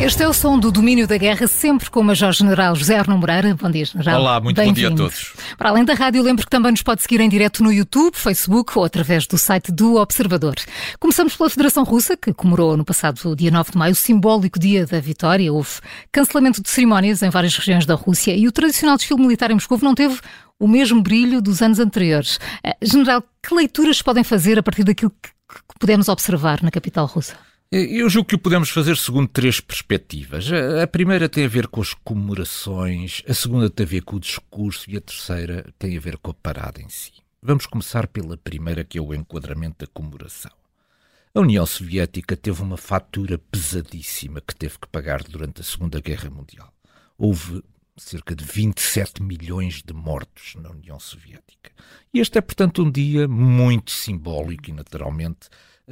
Este é o som do domínio da guerra, sempre com o Major-General José Arno Moreira. Bom dia, General. Olá, muito bom dia a todos. Para além da rádio, lembro que também nos pode seguir em direto no YouTube, Facebook ou através do site do Observador. Começamos pela Federação Russa, que comemorou no passado dia 9 de maio o simbólico dia da vitória. Houve cancelamento de cerimónias em várias regiões da Rússia e o tradicional desfile militar em Moscou não teve o mesmo brilho dos anos anteriores. General, que leituras podem fazer a partir daquilo que podemos observar na capital russa? Eu julgo que o podemos fazer segundo três perspectivas. A primeira tem a ver com as comemorações, a segunda tem a ver com o discurso e a terceira tem a ver com a parada em si. Vamos começar pela primeira, que é o enquadramento da comemoração. A União Soviética teve uma fatura pesadíssima que teve que pagar durante a Segunda Guerra Mundial. Houve cerca de 27 milhões de mortos na União Soviética. E este é, portanto, um dia muito simbólico e, naturalmente,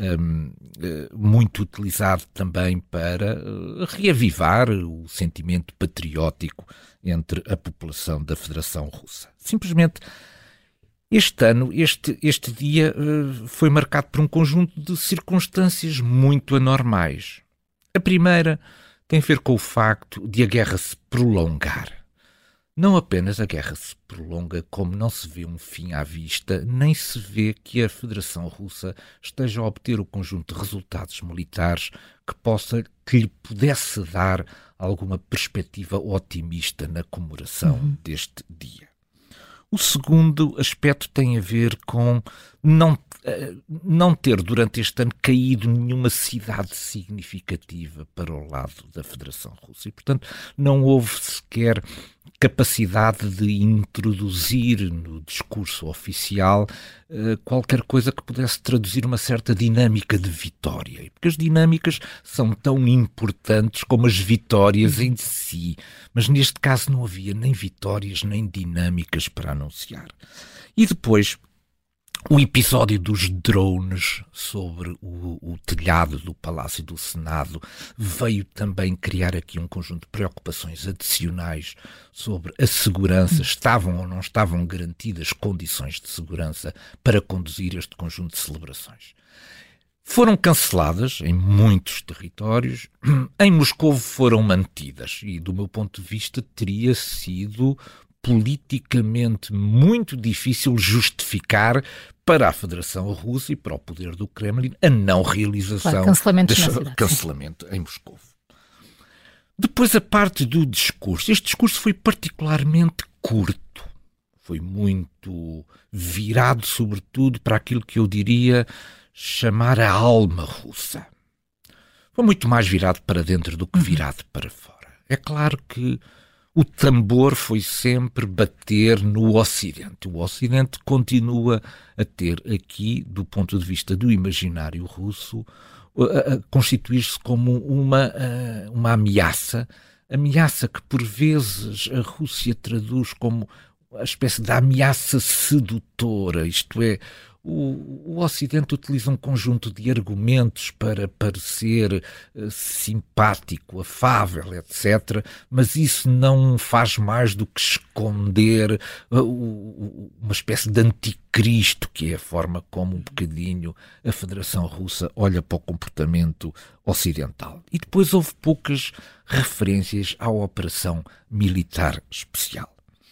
muito utilizado também para reavivar o sentimento patriótico entre a população da Federação Russa. Simplesmente, este ano, este dia foi marcado por um conjunto de circunstâncias muito anormais. A primeira tem a ver com o facto de a guerra se prolongar. Não apenas a guerra se prolonga, como não se vê um fim à vista, nem se vê que a Federação Russa esteja a obter o conjunto de resultados militares que lhe pudesse dar alguma perspectiva otimista na comemoração deste dia. O segundo aspecto tem a ver com não ter durante este ano caído nenhuma cidade significativa para o lado da Federação Russa. E, portanto, não houve sequer capacidade de introduzir no discurso oficial qualquer coisa que pudesse traduzir uma certa dinâmica de vitória. Porque as dinâmicas são tão importantes como as vitórias em si. Mas neste caso não havia nem vitórias nem dinâmicas para anunciar. E depois, o episódio dos drones sobre o telhado do Palácio do Senado veio também criar aqui um conjunto de preocupações adicionais sobre a segurança. Estavam ou não estavam garantidas condições de segurança para conduzir este conjunto de celebrações. Foram canceladas em muitos territórios, em Moscou foram mantidas e, do meu ponto de vista, teria sido politicamente muito difícil justificar para a Federação Russa e para o poder do Kremlin a não realização deste cancelamento em Moscou. Depois, a parte do discurso. Este discurso foi particularmente curto. Foi muito virado, sobretudo, para aquilo que eu diria chamar a alma russa. Foi muito mais virado para dentro do que virado para fora. É claro que o tambor foi sempre bater no Ocidente. O Ocidente continua a ter aqui, do ponto de vista do imaginário russo, a constituir-se como uma ameaça que por vezes a Rússia traduz como a espécie de ameaça sedutora, isto é, o Ocidente utiliza um conjunto de argumentos para parecer simpático, afável, etc., mas isso não faz mais do que esconder uma espécie de anticristo, que é a forma como um bocadinho a Federação Russa olha para o comportamento ocidental. E depois houve poucas referências à operação militar especial.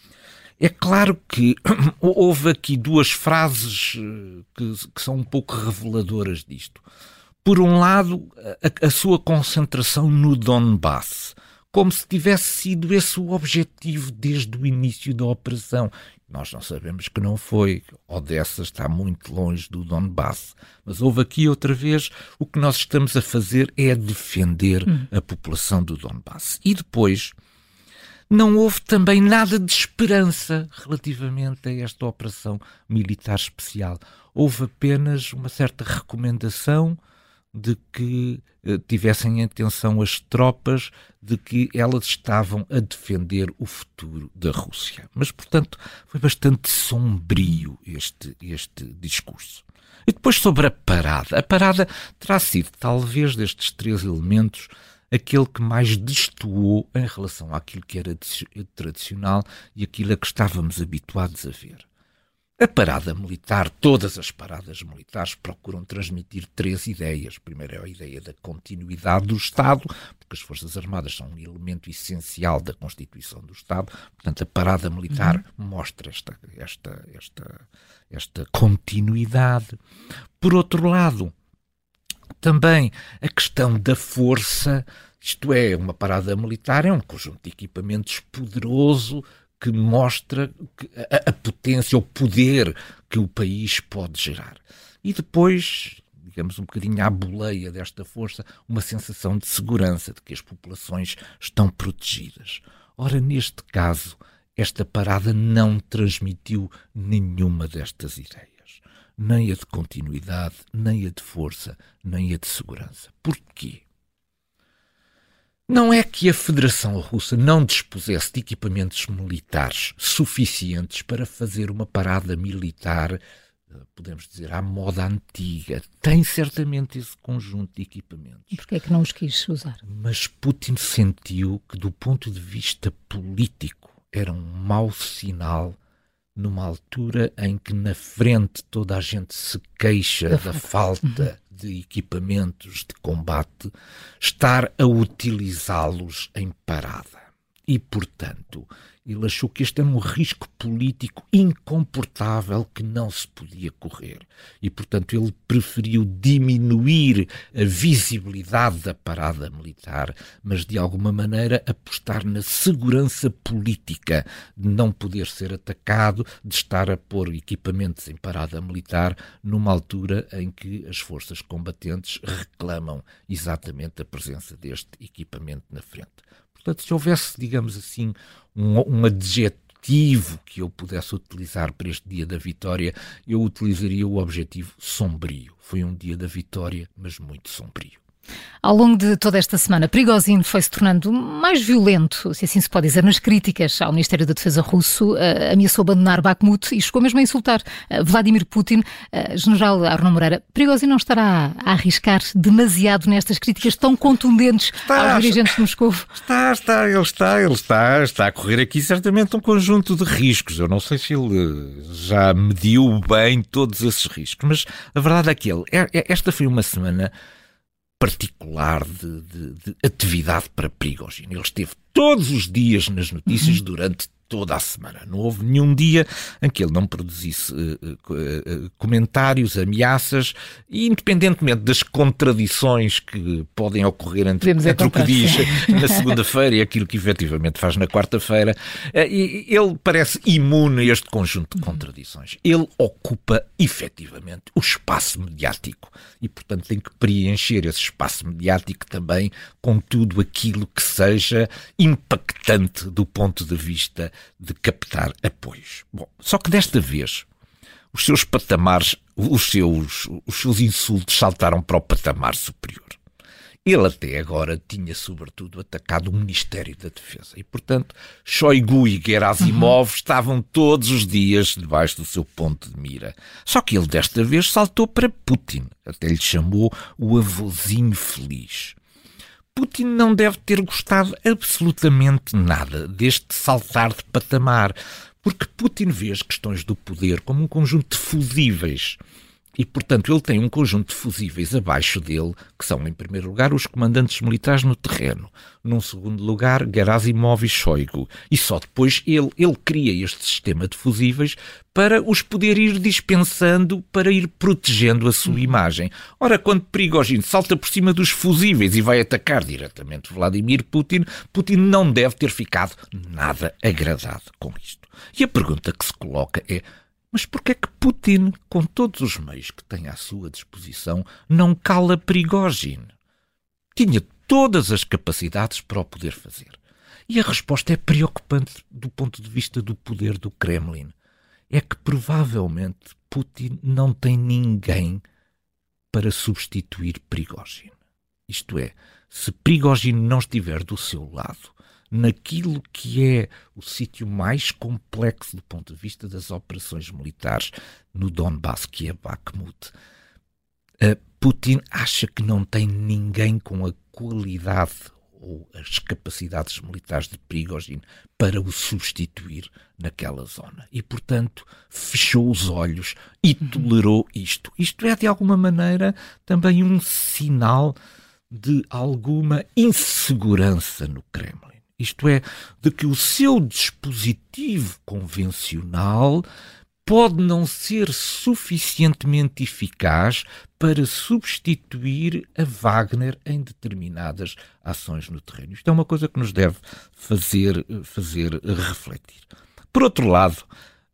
É claro que houve aqui duas frases que são um pouco reveladoras disto. Por um lado, a sua concentração no Donbass, como se tivesse sido esse o objetivo desde o início da operação. Nós não sabemos que não foi. Odessa está muito longe do Donbass. Mas houve aqui outra vez, o que nós estamos a fazer é defender a população do Donbass. E depois, não houve também nada de esperança relativamente a esta operação militar especial. Houve apenas uma certa recomendação de que tivessem em atenção as tropas, de que elas estavam a defender o futuro da Rússia. Mas, portanto, foi bastante sombrio este discurso. E depois sobre a parada. A parada terá sido, talvez, destes três elementos, aquele que mais destoou em relação àquilo que era tradicional e aquilo a que estávamos habituados a ver. A parada militar, todas as paradas militares procuram transmitir 3 ideias. Primeiro é a ideia da continuidade do Estado, porque as Forças Armadas são um elemento essencial da constituição do Estado. Portanto, a parada militar mostra esta continuidade. Por outro lado, também a questão da força, isto é, uma parada militar é um conjunto de equipamentos poderoso que mostra a potência, o poder que o país pode gerar. E depois, digamos, um bocadinho à boleia desta força, uma sensação de segurança, de que as populações estão protegidas. Ora, neste caso, esta parada não transmitiu nenhuma destas ideias. Nem a de continuidade, nem a de força, nem a de segurança. Porquê? Não é que a Federação Russa não dispusesse de equipamentos militares suficientes para fazer uma parada militar, podemos dizer, à moda antiga. Tem certamente esse conjunto de equipamentos. E porquê é que não os quis usar? Mas Putin sentiu que, do ponto de vista político, era um mau sinal numa altura em que na frente toda a gente se queixa da falta de equipamentos de combate, estar a utilizá-los em parada. E, portanto, ele achou que este era um risco político incomportável que não se podia correr. E, portanto, ele preferiu diminuir a visibilidade da parada militar, mas, de alguma maneira, apostar na segurança política de não poder ser atacado, de estar a pôr equipamentos em parada militar numa altura em que as forças combatentes reclamam exatamente a presença deste equipamento na frente. Portanto, se houvesse, digamos assim, um adjetivo que eu pudesse utilizar para este dia da vitória, eu utilizaria o adjetivo sombrio. Foi um dia da vitória, mas muito sombrio. Ao longo de toda esta semana, Prigozhin foi-se tornando mais violento, se assim se pode dizer, nas críticas ao Ministério da Defesa russo, ameaçou abandonar Bakhmut e chegou mesmo a insultar Vladimir Putin. General Arnaud Moreira, Prigozhin não estará a arriscar demasiado nestas críticas tão contundentes aos dirigentes de Moscou? Ele está a correr aqui certamente um conjunto de riscos. Eu não sei se ele já mediu bem todos esses riscos, mas a verdade é que esta foi uma semana particular de atividade para Prigozhin. Ele esteve todos os dias nas notícias durante toda a semana. Não houve nenhum dia em que ele não produzisse comentários, ameaças, e independentemente das contradições que podem ocorrer entre o que diz na segunda-feira e aquilo que efetivamente faz na quarta-feira, ele parece imune a este conjunto de contradições. Ele ocupa efetivamente o espaço mediático e, portanto, tem que preencher esse espaço mediático também com tudo aquilo que seja impactante do ponto de vista de captar apoios. Bom, só que desta vez os seus patamares, os seus insultos saltaram para o patamar superior. Ele até agora tinha sobretudo atacado o Ministério da Defesa e, portanto, Shoigu e Gerasimov estavam todos os dias debaixo do seu ponto de mira. Só que ele desta vez saltou para Putin, até lhe chamou o avôzinho feliz. Putin não deve ter gostado absolutamente nada deste saltar de patamar, porque Putin vê as questões do poder como um conjunto de fusíveis. E, portanto, ele tem um conjunto de fusíveis abaixo dele, que são, em primeiro lugar, os comandantes militares no terreno. Num segundo lugar, Gerasimov e Shoigu. E só depois ele cria este sistema de fusíveis para os poder ir dispensando, para ir protegendo a sua imagem. Ora, quando Prigozhin salta por cima dos fusíveis e vai atacar diretamente Vladimir Putin, Putin não deve ter ficado nada agradado com isto. E a pergunta que se coloca é: mas porquê é que Putin, com todos os meios que tem à sua disposição, não cala Prigozhin? Tinha todas as capacidades para o poder fazer. E a resposta é preocupante do ponto de vista do poder do Kremlin. É que provavelmente Putin não tem ninguém para substituir Prigozhin. Isto é, se Prigozhin não estiver do seu lado, naquilo que é o sítio mais complexo do ponto de vista das operações militares no Donbass, que é Bakhmut, Putin acha que não tem ninguém com a qualidade ou as capacidades militares de Prigozhin para o substituir naquela zona. E, portanto, fechou os olhos e tolerou isto. Isto é, de alguma maneira, também um sinal de alguma insegurança no Kremlin. Isto é, de que o seu dispositivo convencional pode não ser suficientemente eficaz para substituir a Wagner em determinadas ações no terreno. Isto é uma coisa que nos deve fazer refletir. Por outro lado,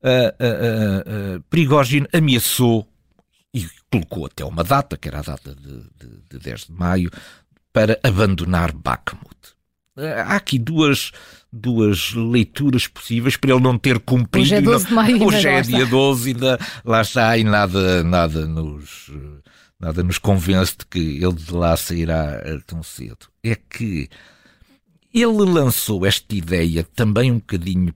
Prigozhin ameaçou e colocou até uma data, que era a data de 10 de maio, para abandonar Bakhmut. Há aqui duas leituras possíveis para ele não ter cumprido. Hoje é 12 de maio. Hoje é dia 12, ainda lá está, e nada nos convence de que ele de lá sairá tão cedo. É que ele lançou esta ideia também um bocadinho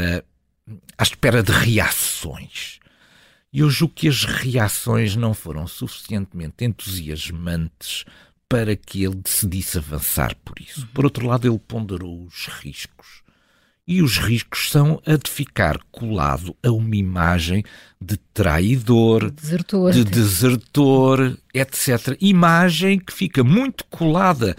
à espera de reações. E eu julgo que as reações não foram suficientemente entusiasmantes para que ele decidisse avançar por isso. Por outro lado, ele ponderou os riscos. E os riscos são a de ficar colado a uma imagem de traidor, de desertor, etc. Imagem que fica muito colada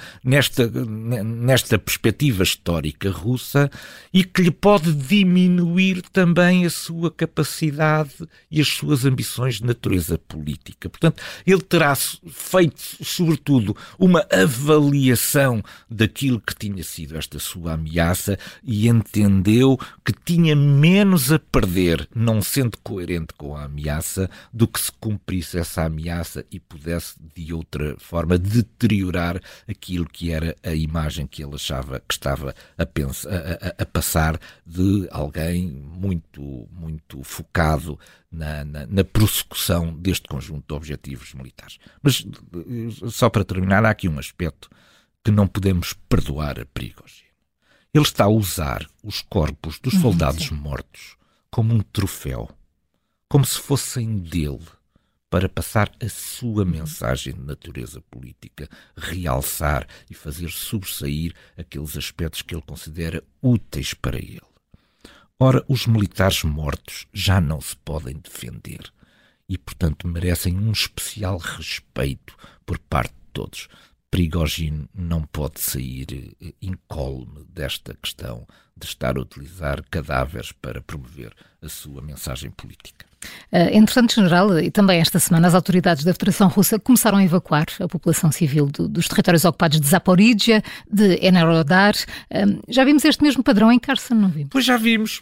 nesta perspectiva histórica russa e que lhe pode diminuir também a sua capacidade e as suas ambições de natureza política. Portanto, ele terá feito, sobretudo, uma avaliação daquilo que tinha sido esta sua ameaça e entendeu que tinha menos a perder, não sendo coerente com a ameaça, do que se cumprisse essa ameaça e pudesse, de outra forma, deteriorar aquilo que era a imagem que ele achava que estava a passar de alguém muito, muito focado na prossecução deste conjunto de objetivos militares. Mas, só para terminar, há aqui um aspecto que não podemos perdoar a Prigozhin. Ele está a usar os corpos dos soldados mortos como um troféu, como se fossem dele, para passar a sua mensagem de natureza política, realçar e fazer sobressair aqueles aspectos que ele considera úteis para ele. Ora, os militares mortos já não se podem defender e, portanto, merecem um especial respeito por parte de todos. Prigozhin não pode sair incólume desta questão de estar a utilizar cadáveres para promover a sua mensagem política. Entretanto, General, e também esta semana as autoridades da Federação Russa começaram a evacuar a população civil dos territórios ocupados de Zaporíjia, de Enerhodar. Já vimos este mesmo padrão em Kherson, não vimos? Pois já vimos.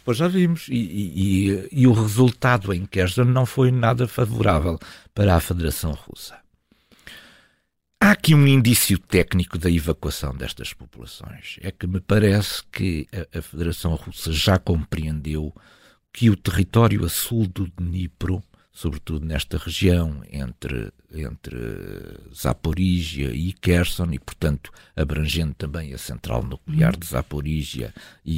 E o resultado em Kherson não foi nada favorável para a Federação Russa. Há aqui um indício técnico da evacuação destas populações. É que me parece que a Federação Russa já compreendeu que o território a sul do Dnipro, sobretudo nesta região entre Zaporíjia e Kherson, e portanto abrangendo também a central nuclear de Zaporíjia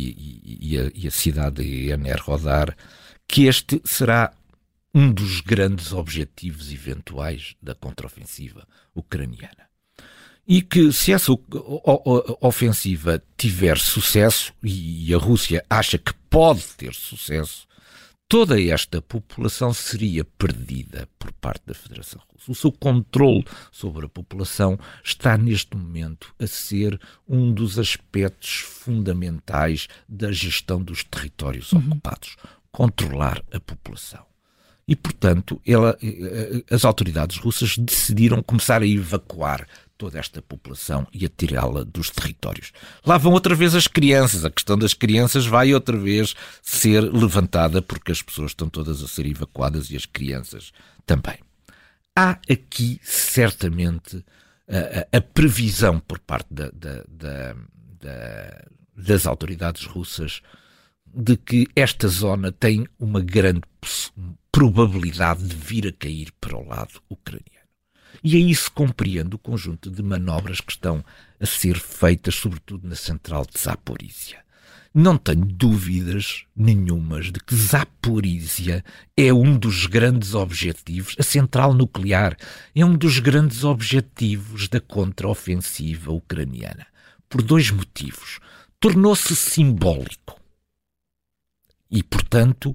e a cidade de Enerhodar, que este será um dos grandes objetivos eventuais da contraofensiva ucraniana. E que se essa ofensiva tiver sucesso, e a Rússia acha que pode ter sucesso, toda esta população seria perdida por parte da Federação Russa. O seu controle sobre a população está neste momento a ser um dos aspectos fundamentais da gestão dos territórios ocupados. Controlar a população. E, portanto, as autoridades russas decidiram começar a evacuar toda esta população e a tirá-la dos territórios. Lá vão outra vez as crianças. A questão das crianças vai outra vez ser levantada porque as pessoas estão todas a ser evacuadas e as crianças também. Há aqui, certamente, a previsão por parte das autoridades russas de que esta zona tem uma grande probabilidade de vir a cair para o lado ucraniano. E aí se compreende o conjunto de manobras que estão a ser feitas, sobretudo na central de Zaporíjia. Não tenho dúvidas nenhumas de que Zaporíjia é um dos grandes objetivos, a central nuclear é um dos grandes objetivos da contraofensiva ucraniana. por dois motivos. Tornou-se simbólico e, portanto,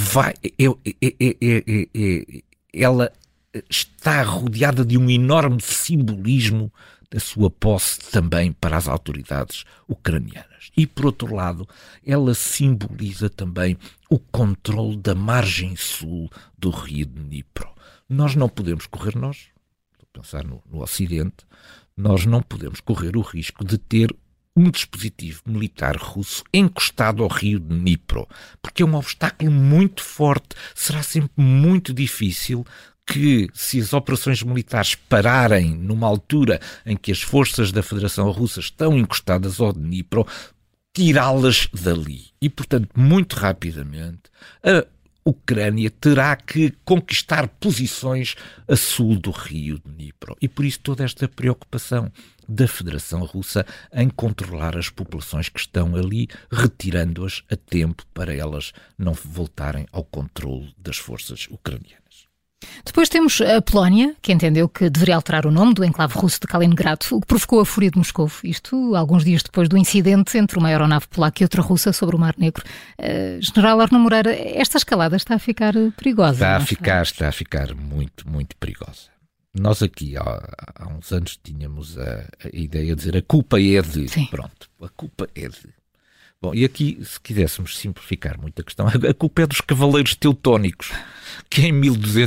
ela está rodeada de um enorme simbolismo da sua posse também para as autoridades ucranianas. E, por outro lado, ela simboliza também o controle da margem sul do rio Dnipro. Nós não podemos correr, estou a pensar no Ocidente, nós não podemos correr o risco de ter um dispositivo militar russo encostado ao rio Dnipro, porque é um obstáculo muito forte. Será sempre muito difícil que, se as operações militares pararem numa altura em que as forças da Federação Russa estão encostadas ao Dnipro, tirá-las dali. E, portanto, muito rapidamente, a Ucrânia terá que conquistar posições a sul do rio Dnipro. E por isso toda esta preocupação da Federação Russa em controlar as populações que estão ali, retirando-as a tempo para elas não voltarem ao controle das forças ucranianas. Depois temos a Polónia, que entendeu que deveria alterar o nome do enclave russo de Kaliningrado, o que provocou a fúria de Moscou. Isto alguns dias depois do incidente entre uma aeronave polaca e outra russa sobre o Mar Negro. General Arno Moreira, esta escalada está a ficar perigosa. Está a ficar muito, muito perigosa. Nós aqui há uns anos tínhamos a ideia de dizer a culpa é de... Sim. Pronto, a culpa é de... Bom, e aqui, se quiséssemos simplificar muito a questão, a culpa é dos cavaleiros teutónicos, que em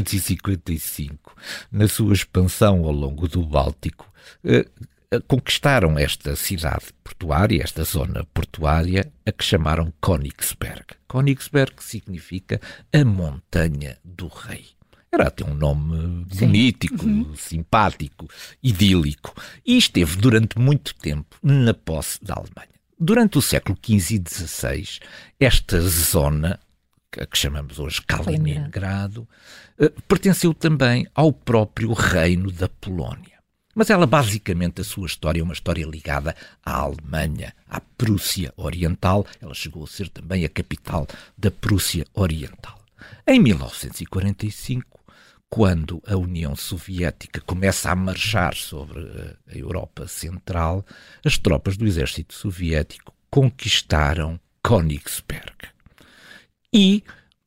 1255, na sua expansão ao longo do Báltico, conquistaram esta cidade portuária, esta zona portuária, a que chamaram Königsberg. Königsberg significa a montanha do rei. Era até um nome bonito, simpático, idílico, e esteve durante muito tempo na posse da Alemanha. Durante o século XV e XVI, esta zona, que chamamos hoje Kaliningrado, pertenceu também ao próprio reino da Polónia. Mas ela, basicamente, a sua história é uma história ligada à Alemanha, à Prússia Oriental. Ela chegou a ser também a capital da Prússia Oriental. Em 1945, quando a União Soviética começa a marchar sobre a Europa Central, as tropas do exército soviético conquistaram Königsberg. E,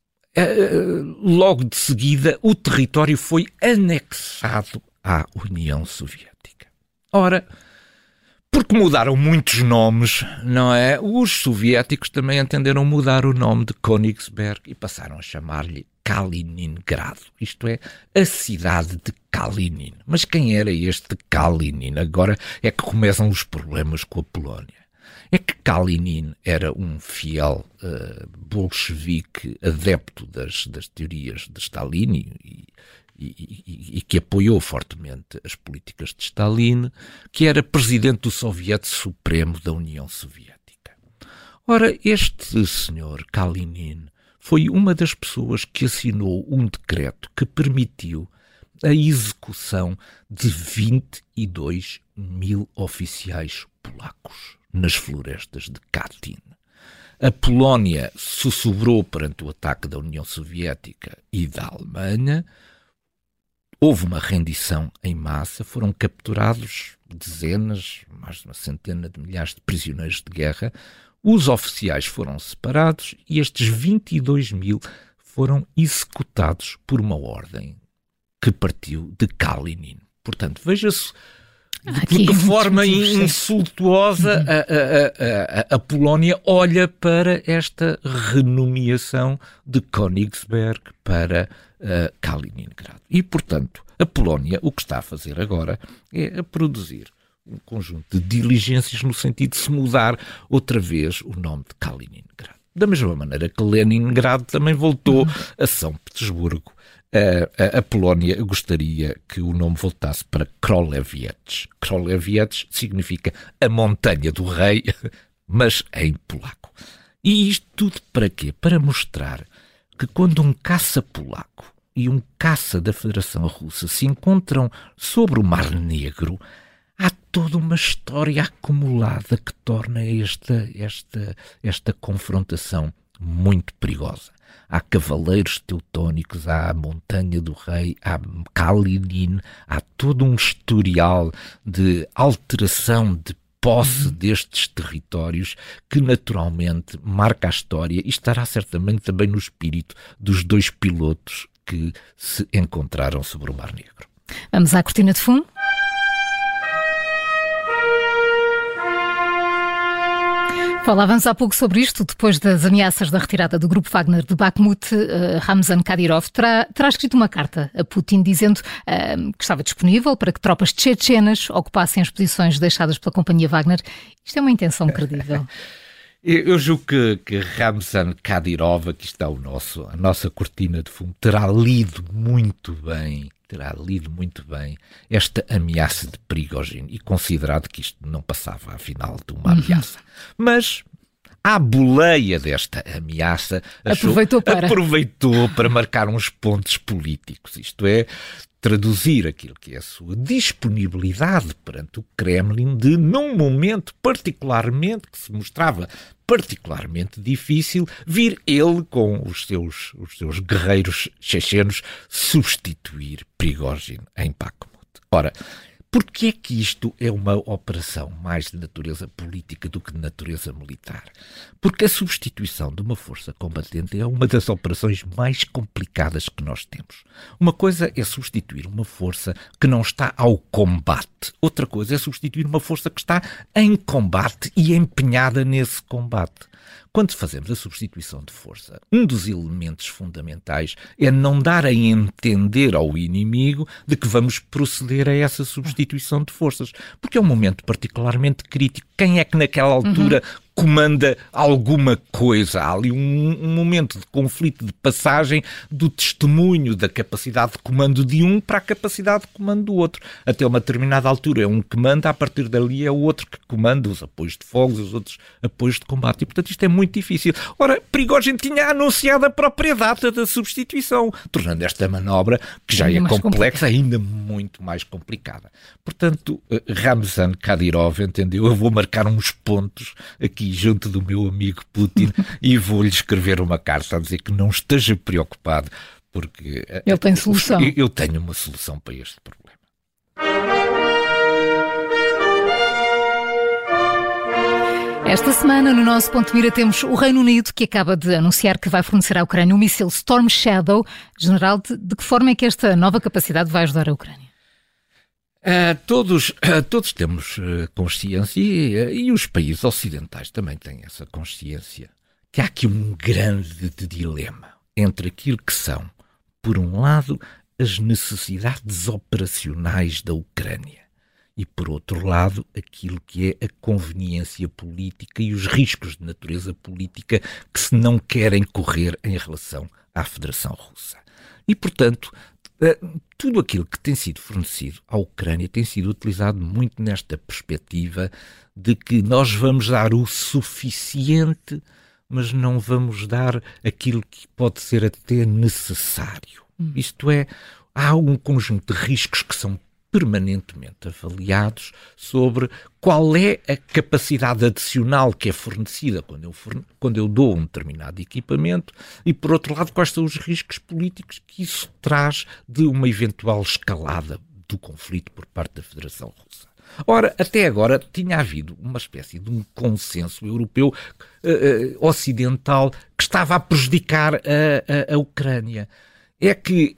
logo de seguida, o território foi anexado à União Soviética. Ora, porque mudaram muitos nomes, não é? Os soviéticos também entenderam mudar o nome de Königsberg e passaram a chamar-lhe Kaliningrado, isto é, a cidade de Kalinin. Mas quem era este Kalinin? Agora é que começam os problemas com a Polónia. É que Kalinin era um fiel bolchevique adepto das teorias de Stalin e que apoiou fortemente as políticas de Stalin, que era presidente do Soviete Supremo da União Soviética. Ora, este senhor Kalinin foi uma das pessoas que assinou um decreto que permitiu a execução de 22 mil oficiais polacos nas florestas de Katyn. A Polónia sussurrou perante o ataque da União Soviética e da Alemanha. Houve uma rendição em massa, foram capturados dezenas, mais de uma centena de milhares de prisioneiros de guerra. Os oficiais foram separados e estes 22 mil foram executados por uma ordem que partiu de Kalinin. Portanto, veja-se de que forma insultuosa a Polónia olha para esta renomeação de Königsberg para Kaliningrado. E, portanto, a Polónia o que está a fazer agora é a produzir um conjunto de diligências no sentido de se mudar outra vez o nome de Kaliningrado. Da mesma maneira que Leningrado também voltou a São Petersburgo. A Polónia gostaria que o nome voltasse para Królewicz. Królewicz significa a montanha do rei, mas em polaco. E isto tudo para quê? Para mostrar que quando um caça polaco e um caça da Federação Russa se encontram sobre o Mar Negro, há toda uma história acumulada que torna esta confrontação muito perigosa. Há cavaleiros teutónicos, há a Montanha do Rei, há Kalinin, há todo um historial de alteração de posse destes territórios que naturalmente marca a história e estará certamente também no espírito dos 2 pilotos que se encontraram sobre o Mar Negro. Vamos à cortina de fundo. Falávamos há pouco sobre isto, depois das ameaças da retirada do grupo Wagner de Bakhmut, Ramzan Kadyrov terá escrito uma carta a Putin dizendo que estava disponível para que tropas tchetchenas ocupassem as posições deixadas pela companhia Wagner. Isto é uma intenção credível? Eu julgo que Ramzan Kadyrov, aqui está a nossa cortina de fundo, terá lido muito bem esta ameaça de Prigozhin e considerado que isto não passava, afinal, de uma ameaça. Mas, à boleia desta ameaça, aproveitou para marcar uns pontos políticos, isto é, traduzir aquilo que é a sua disponibilidade perante o Kremlin de, num momento particularmente, que se mostrava particularmente difícil, vir ele com os seus guerreiros chechenos substituir Prigozhin em Bakhmut. Ora, porquê é que isto é uma operação mais de natureza política do que de natureza militar? Porque a substituição de uma força combatente é uma das operações mais complicadas que nós temos. Uma coisa é substituir uma força que não está ao combate. Outra coisa é substituir uma força que está em combate e empenhada nesse combate. Quando fazemos a substituição de força, um dos elementos fundamentais é não dar a entender ao inimigo de que vamos proceder a essa substituição de forças, porque é um momento particularmente crítico. Quem é que naquela altura comanda alguma coisa? Há ali um momento de conflito de passagem do testemunho da capacidade de comando de um para a capacidade de comando do outro. Até uma determinada altura é um que manda, a partir dali é o outro que comanda os apoios de fogo, os outros apoios de combate. E, portanto, isto é muito difícil. Ora, Prigozhin tinha anunciado a própria data da substituição, tornando esta manobra, que já é complexa, ainda muito mais complicada. Portanto, Ramzan Kadyrov entendeu, eu vou marcar uns pontos aqui junto do meu amigo Putin e vou-lhe escrever uma carta a dizer que não esteja preocupado, porque ele tem solução. Eu tenho uma solução para este problema. Esta semana, no nosso Ponto de Mira, temos o Reino Unido, que acaba de anunciar que vai fornecer à Ucrânia um míssil Storm Shadow. General, de que forma é que esta nova capacidade vai ajudar a Ucrânia? Todos temos consciência e os países ocidentais também têm essa consciência, que há aqui um grande dilema entre aquilo que são, por um lado, as necessidades operacionais da Ucrânia e, por outro lado, aquilo que é a conveniência política e os riscos de natureza política que se não querem correr em relação à Federação Russa. E, portanto, tudo aquilo que tem sido fornecido à Ucrânia tem sido utilizado muito nesta perspectiva de que nós vamos dar o suficiente, mas não vamos dar aquilo que pode ser até necessário. Isto é, há um conjunto de riscos que são permanentemente avaliados sobre qual é a capacidade adicional que é fornecida quando eu dou um determinado equipamento e, por outro lado, quais são os riscos políticos que isso traz de uma eventual escalada do conflito por parte da Federação Russa. Ora, até agora tinha havido uma espécie de um consenso europeu ocidental que estava a prejudicar a Ucrânia. É que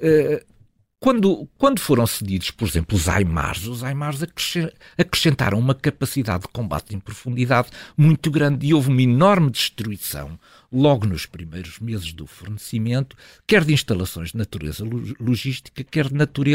quando foram cedidos, por exemplo, os HIMARS acrescentaram uma capacidade de combate em profundidade muito grande e houve uma enorme destruição logo nos primeiros meses do fornecimento, quer de instalações de natureza logística, quer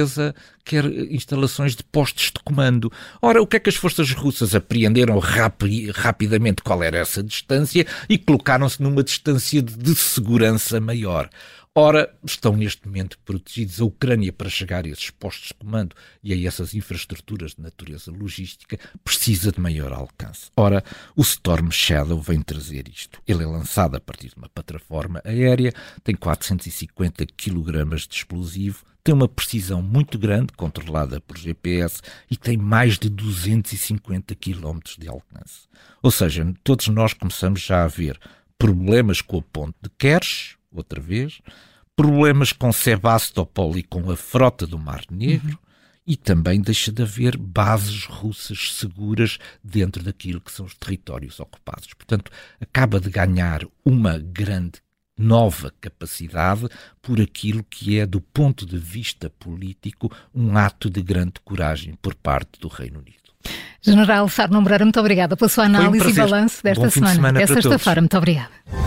instalações de postos de comando. Ora, o que é que as forças russas apreenderam rapidamente qual era essa distância e colocaram-se numa distância de segurança maior. Ora, estão neste momento protegidos. A Ucrânia, para chegar a esses postos de comando e a essas infraestruturas de natureza logística, precisa de maior alcance. Ora, o Storm Shadow vem trazer isto. Ele é lançado a partir de uma plataforma aérea, tem 450 kg de explosivo, tem uma precisão muito grande, controlada por GPS, e tem mais de 250 km de alcance. Ou seja, todos nós começamos já a ver problemas com a ponte de Kerch, outra vez, problemas com Sebastopol e com a frota do Mar Negro, e também deixa de haver bases russas seguras dentro daquilo que são os territórios ocupados. Portanto, acaba de ganhar uma grande nova capacidade por aquilo que é, do ponto de vista político, um ato de grande coragem por parte do Reino Unido. General Sá de Moreira, muito obrigada pela sua análise e balanço desta semana. Até sexta-feira. Muito obrigada.